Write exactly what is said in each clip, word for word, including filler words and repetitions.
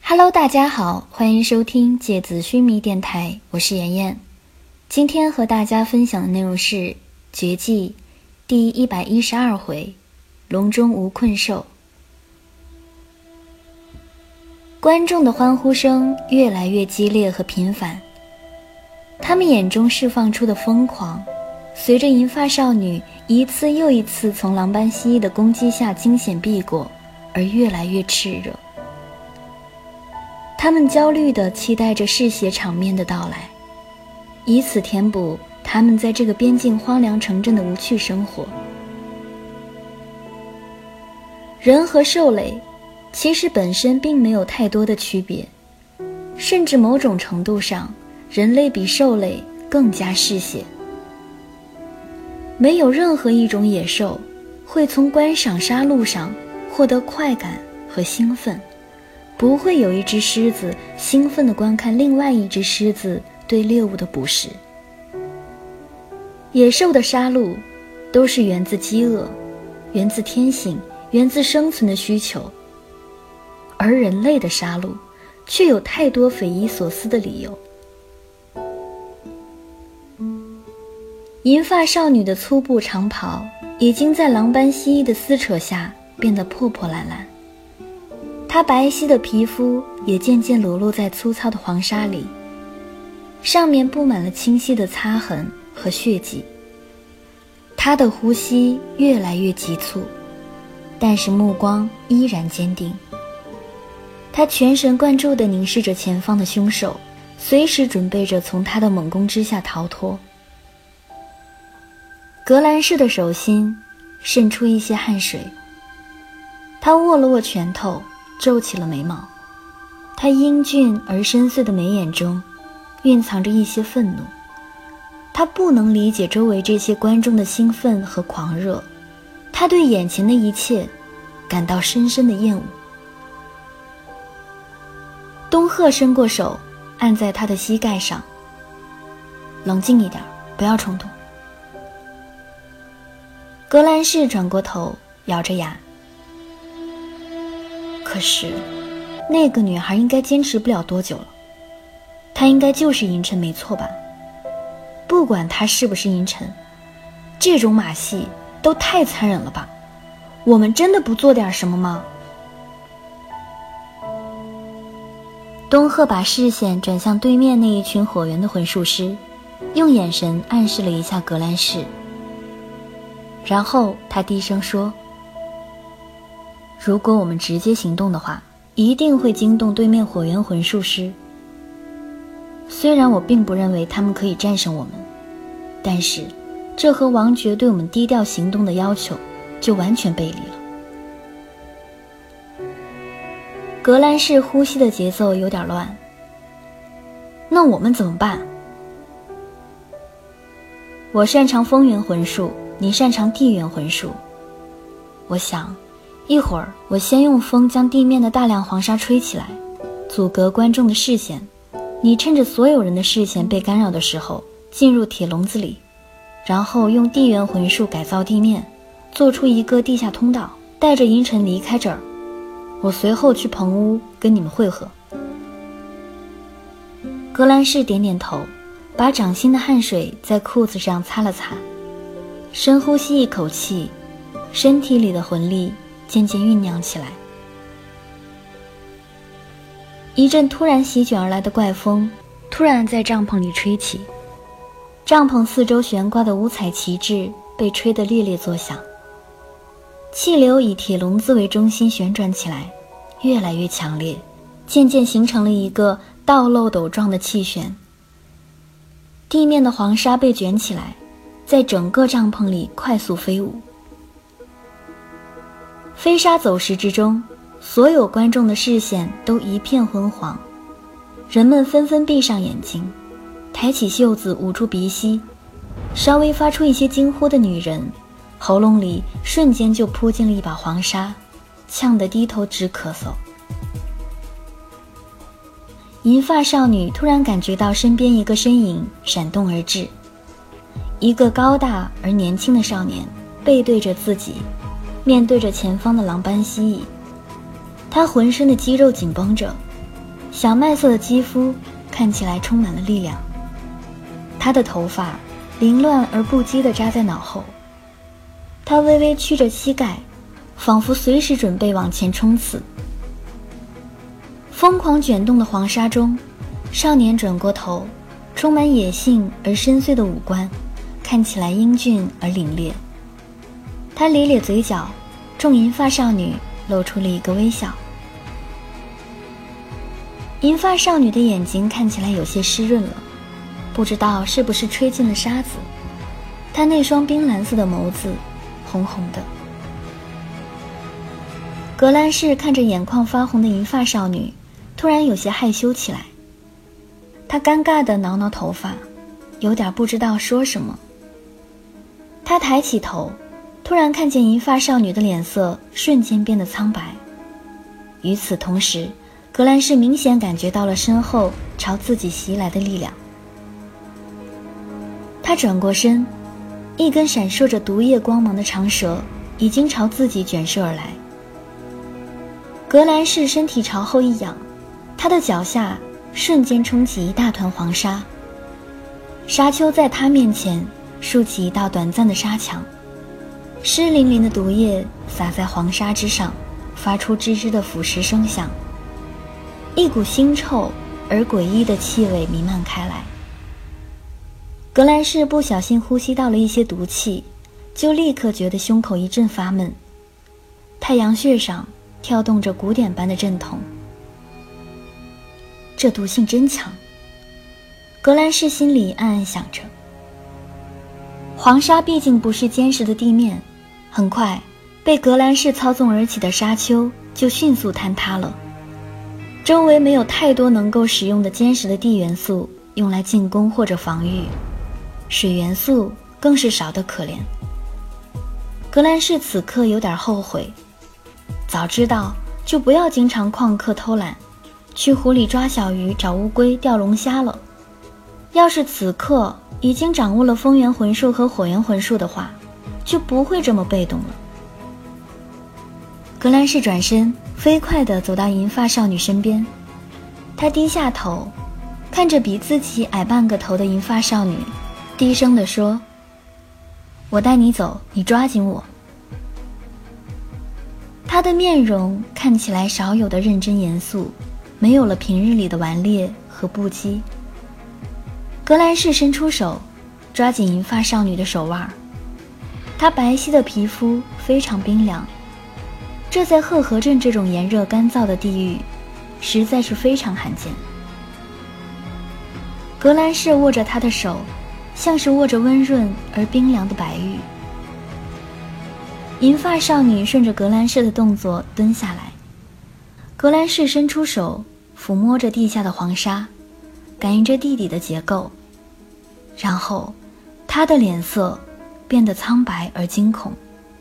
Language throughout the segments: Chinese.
Hello， 大家好，欢迎收听芥子须弥电台，我是妍妍。今天和大家分享的内容是《绝技》第一百一十二回，笼中无困兽。观众的欢呼声越来越激烈和频繁，他们眼中释放出的疯狂，随着银发少女一次又一次从狼斑蜥蜴的攻击下惊险避过，而越来越炽热。他们焦虑地期待着嗜血场面的到来，以此填补他们在这个边境荒凉城镇的无趣生活。人和兽类其实本身并没有太多的区别，甚至某种程度上，人类比兽类更加嗜血。没有任何一种野兽会从观赏杀戮上获得快感和兴奋，不会有一只狮子兴奋地观看另外一只狮子对猎物的捕食。野兽的杀戮都是源自饥饿，源自天性，源自生存的需求，而人类的杀戮却有太多匪夷所思的理由。银发少女的粗布长袍已经在狼斑蜥蜴的撕扯下变得破破烂烂，她白皙的皮肤也渐渐裸露在粗糙的黄沙里，上面布满了清晰的擦痕和血迹。她的呼吸越来越急促，但是目光依然坚定。她全神贯注地凝视着前方的凶手，随时准备着从他的猛攻之下逃脱。格兰仕的手心渗出一些汗水，他握了握拳头，皱起了眉毛。他英俊而深邃的眉眼中蕴藏着一些愤怒，他不能理解周围这些观众的兴奋和狂热，他对眼前的一切感到深深的厌恶。东鹤伸过手按在他的膝盖上，冷静一点，不要冲动。格兰仕转过头，咬着牙。可是那个女孩应该坚持不了多久了，她应该就是银尘没错吧？不管她是不是银尘，这种马戏都太残忍了吧？我们真的不做点什么吗？东鹤把视线转向对面那一群火源的魂术师，用眼神暗示了一下格兰仕，然后他低声说，如果我们直接行动的话，一定会惊动对面火源魂术师。虽然我并不认为他们可以战胜我们，但是这和王爵对我们低调行动的要求就完全背离了。格兰仕呼吸的节奏有点乱。那我们怎么办？我擅长风源魂术，你擅长地源魂术。我想一会儿我先用风将地面的大量黄沙吹起来，阻隔观众的视线，你趁着所有人的视线被干扰的时候进入铁笼子里，然后用地源魂术改造地面，做出一个地下通道，带着银尘离开这儿。我随后去棚屋跟你们会合。格兰仕点点头，把掌心的汗水在裤子上擦了擦，深呼吸一口气，身体里的魂力渐渐酝酿起来。一阵突然席卷而来的怪风突然在帐篷里吹起，帐篷四周悬挂的五彩旗帜被吹得猎猎作响，气流以铁笼子为中心旋转起来，越来越强烈，渐渐形成了一个倒漏斗状的气旋。地面的黄沙被卷起来，在整个帐篷里快速飞舞。飞沙走石之中，所有观众的视线都一片昏黄，人们纷纷闭上眼睛，抬起袖子捂住鼻息，稍微发出一些惊呼的女人喉咙里瞬间就扑进了一把黄沙，呛得低头直咳嗽。银发少女突然感觉到身边一个身影闪动而至，一个高大而年轻的少年背对着自己，面对着前方的狼斑蜥蜴，他浑身的肌肉紧绷着， 小麦色的肌肤看起来充满了力量。她的头发凌乱而不羁地扎在脑后，她微微屈着膝盖，仿佛随时准备往前冲刺。疯狂卷动的黄沙中，少年转过头，充满野性而深邃的五官看起来英俊而凛冽。他咧咧嘴角，冲银发少女露出了一个微笑。银发少女的眼睛看起来有些湿润了，不知道是不是吹进了沙子，她那双冰蓝色的眸子红红的。格兰仕看着眼眶发红的银发少女，突然有些害羞起来。他尴尬地挠挠头发，有点不知道说什么。他抬起头，突然看见银发少女的脸色瞬间变得苍白。与此同时，格兰仕明显感觉到了身后朝自己袭来的力量。他转过身，一根闪烁着毒液光芒的长蛇已经朝自己卷射而来。格兰仕身体朝后一仰，他的脚下瞬间冲起一大团黄沙，沙丘在他面前竖起一道短暂的沙墙，湿淋淋的毒液洒在黄沙之上，发出吱吱的腐蚀声响。一股腥臭而诡异的气味弥漫开来。格兰仕不小心呼吸到了一些毒气，就立刻觉得胸口一阵发闷，太阳穴上跳动着鼓点般的阵痛。这毒性真强，格兰仕心里暗暗想着。黄沙毕竟不是坚实的地面，很快被格兰仕操纵而起的沙丘就迅速坍塌了。周围没有太多能够使用的坚实的地元素用来进攻或者防御，水元素更是少得可怜。格兰仕此刻有点后悔，早知道就不要经常旷课偷懒，去湖里抓小鱼、找乌龟、钓龙虾了。要是此刻已经掌握了风元魂术和火元魂术的话，就不会这么被动了。格兰仕转身，飞快地走到银发少女身边，他低下头，看着比自己矮半个头的银发少女，低声地说：“我带你走，你抓紧我。”他的面容看起来少有的认真严肃，没有了平日里的顽劣和不羁。格兰仕伸出手，抓紧银发少女的手腕，她白皙的皮肤非常冰凉，这在赫河镇这种炎热干燥的地域实在是非常罕见。格兰仕握着她的手，像是握着温润而冰凉的白玉。银发少女顺着格兰仕的动作蹲下来，格兰仕伸出手抚摸着地下的黄沙，感应着地底的结构，然后他的脸色变得苍白而惊恐。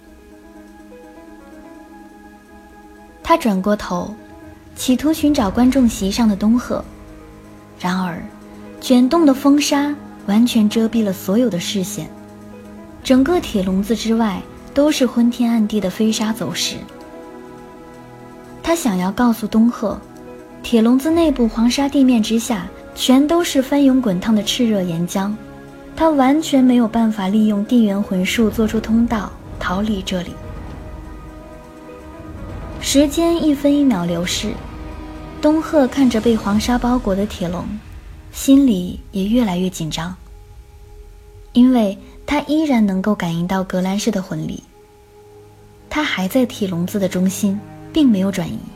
他转过头，企图寻找观众席上的东鹤，然而卷动的风沙完全遮蔽了所有的视线，整个铁笼子之外都是昏天暗地的飞沙走石。他想要告诉东鹤，铁笼子内部黄沙地面之下全都是翻涌滚烫的炽热岩浆，他完全没有办法利用地元魂术做出通道逃离这里。时间一分一秒流逝，东鹤看着被黄沙包裹的铁笼，心里也越来越紧张，因为他依然能够感应到格兰仕的魂力，他还在铁笼子的中心，并没有转移。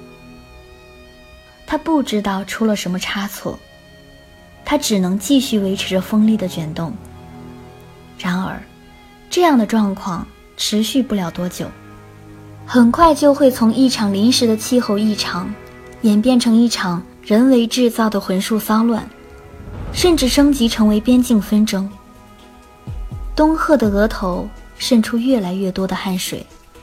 他不知道出了什么差错，他只能继续维持着锋利的卷动。然而这样的状况持续不了多久，很快就会从一场临时的气候异常演变成一场人为制造的魂术骚乱，甚至升级成为边境纷争。东鹤的额头渗出越来越多的汗水，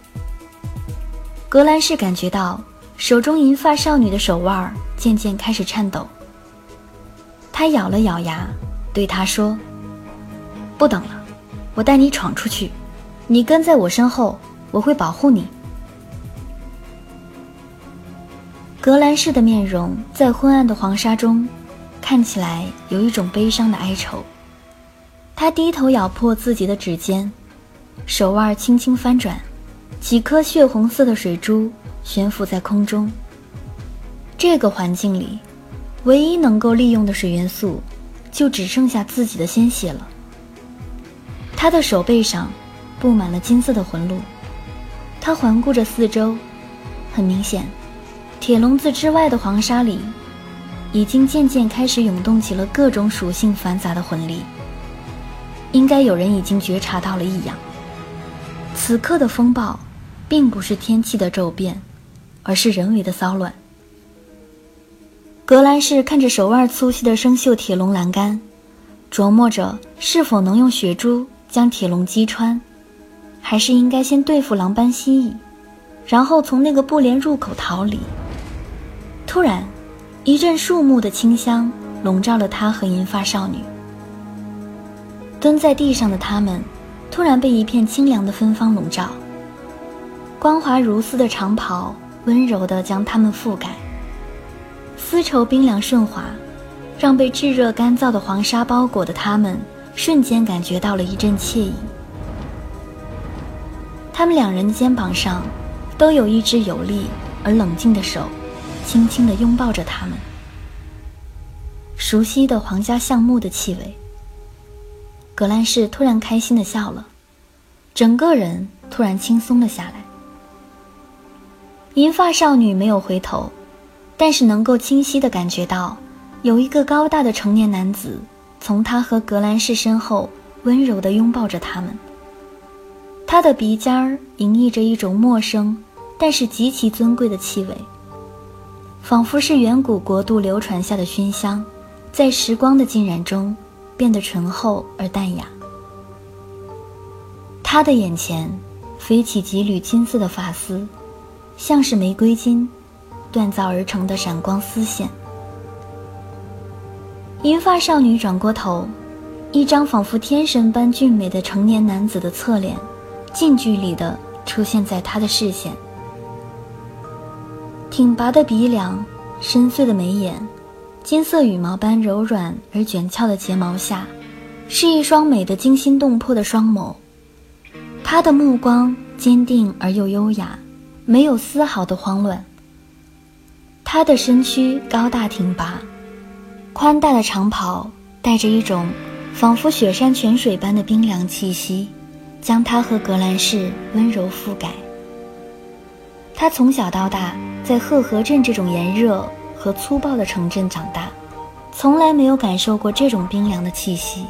格兰仕感觉到手中银发少女的手腕渐渐开始颤抖。他咬了咬牙，对她说：“不等了，我带你闯出去，你跟在我身后，我会保护你。” 格兰氏的面容在昏暗的黄沙中看起来有一种悲伤的哀愁。他低头咬破自己的指尖，手腕轻轻翻转，几颗血红色的水珠悬浮在空中。这个环境里，唯一能够利用的水元素就只剩下自己的鲜血了。他的手背上布满了金色的纹路，他环顾着四周，很明显，铁笼子之外的黄沙里已经渐渐开始涌动起了各种属性繁杂的魂力。应该有人已经觉察到了异样，此刻的风暴并不是天气的骤变，而是人为的骚乱。格兰氏看着手腕粗细的生锈铁笼栏杆，琢磨着是否能用血珠将铁笼击穿，还是应该先对付狼斑蜥蜴，然后从那个布帘入口逃离。突然，一阵树木的清香笼罩了他和银发少女。蹲在地上的他们突然被一片清凉的芬芳笼罩，光滑如丝的长袍温柔地将他们覆盖，丝绸冰凉顺滑，让被炙热干燥的黄沙包裹的他们瞬间感觉到了一阵惬意。他们两人的肩膀上都有一只有力而冷静的手轻轻地拥抱着他们，熟悉的皇家橡木的气味。格兰氏突然开心地笑了，整个人突然轻松了下来。银发少女没有回头，但是能够清晰地感觉到有一个高大的成年男子从她和格兰氏身后温柔地拥抱着他们。他的鼻尖儿洋溢着一种陌生但是极其尊贵的气味，仿佛是远古国度流传下的熏香，在时光的浸染中变得醇厚而淡雅。他的眼前飞起几缕金色的发丝，像是玫瑰金锻造而成的闪光丝线。银发少女转过头，一张仿佛天神般俊美的成年男子的侧脸近距离地出现在她的视线。挺拔的鼻梁，深邃的眉眼，金色羽毛般柔软而卷翘的睫毛下，是一双美得惊心动魄的双眸。他的目光坚定而又优雅，没有丝毫的慌乱。他的身躯高大挺拔，宽大的长袍带着一种仿佛雪山泉水般的冰凉气息，将他和格兰氏温柔覆盖。他从小到大在赫河镇这种炎热和粗暴的城镇长大，从来没有感受过这种冰凉的气息。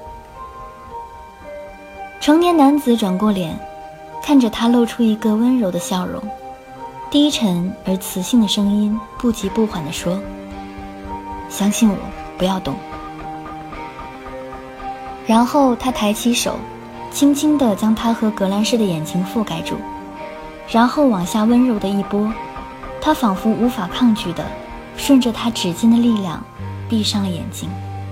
成年男子转过脸，看着他露出一个温柔的笑容，低沉而磁性的声音不急不缓地说：相信我，不要动。然后他抬起手，轻轻地将他和格兰氏的眼睛覆盖住，然后往下温柔的一拨，他仿佛无法抗拒的顺着他指尖的力量闭上了眼睛。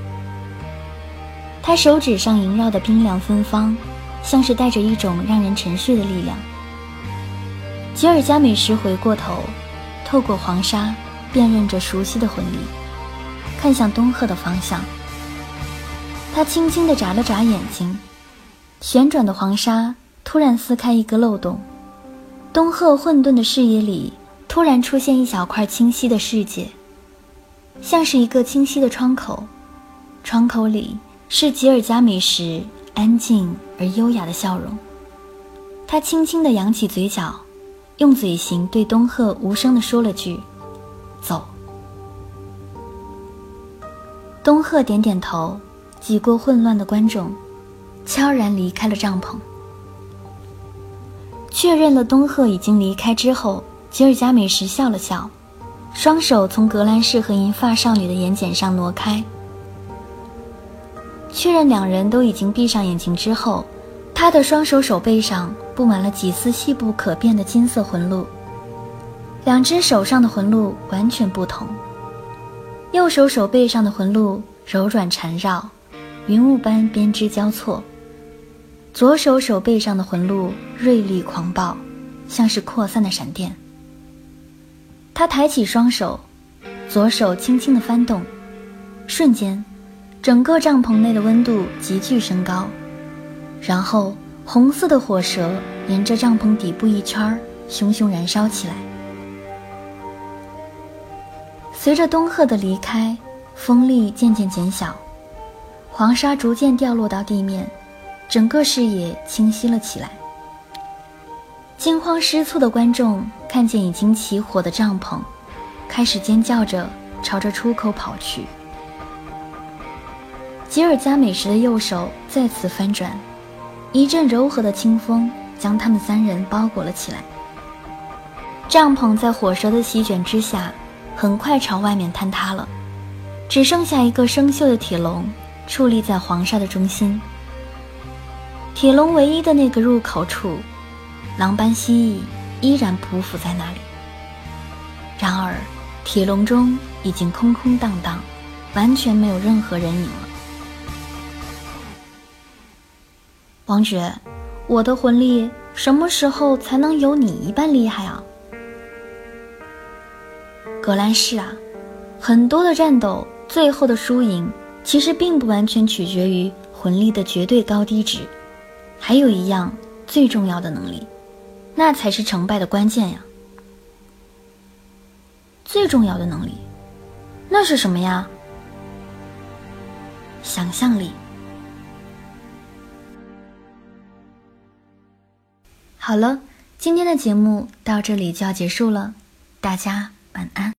他手指上萦绕的冰凉芬芳像是带着一种让人沉睡的力量。吉尔加美什回过头，透过黄沙辨认着熟悉的魂力，看向东鹤的方向。他轻轻地眨了眨眼睛，旋转的黄沙突然撕开一个漏洞，东鹤混沌的视野里突然出现一小块清晰的世界，像是一个清晰的窗口，窗口里是吉尔加美什安静而优雅的笑容。他轻轻地扬起嘴角，用嘴型对东鹤无声地说了句：走。东鹤点点头，挤过混乱的观众，悄然离开了帐篷。确认了东鹤已经离开之后，吉尔加美什笑了笑，双手从格兰氏和银发少女的眼睑上挪开。确认两人都已经闭上眼睛之后，他的双手手背上布满了几丝细不可辨的金色魂路。两只手上的魂路完全不同，右手手背上的魂路柔软缠绕，云雾般编织交错，左手手背上的魂路锐利狂暴，像是扩散的闪电。 他抬起双手，左手轻轻地翻动，瞬间整个帐篷内的温度急剧升高，然后红色的火舌沿着帐篷底部一圈熊熊燃烧起来。随着东鹤的离开，风力渐渐减小，黄沙逐渐掉落到地面，整个视野清晰了起来。惊慌失措的观众看见已经起火的帐篷，开始尖叫着朝着出口跑去。吉尔加美什的右手再次翻转，一阵柔和的清风将他们三人包裹了起来。帐篷在火舌的席卷之下很快朝外面坍塌了，只剩下一个生锈的铁笼矗立在黄沙的中心。铁笼唯一的那个入口处，狼斑蜥蜴依然匍匐在那里，然而铁笼中已经空空荡荡，完全没有任何人影了。王爵，我的魂力什么时候才能有你一般厉害啊？格兰仕啊，很多的战斗最后的输赢其实并不完全取决于魂力的绝对高低值，还有一样最重要的能力，那才是成败的关键呀。最重要的能力，那是什么呀？想象力。好了，今天的节目到这里就要结束了，大家晚安。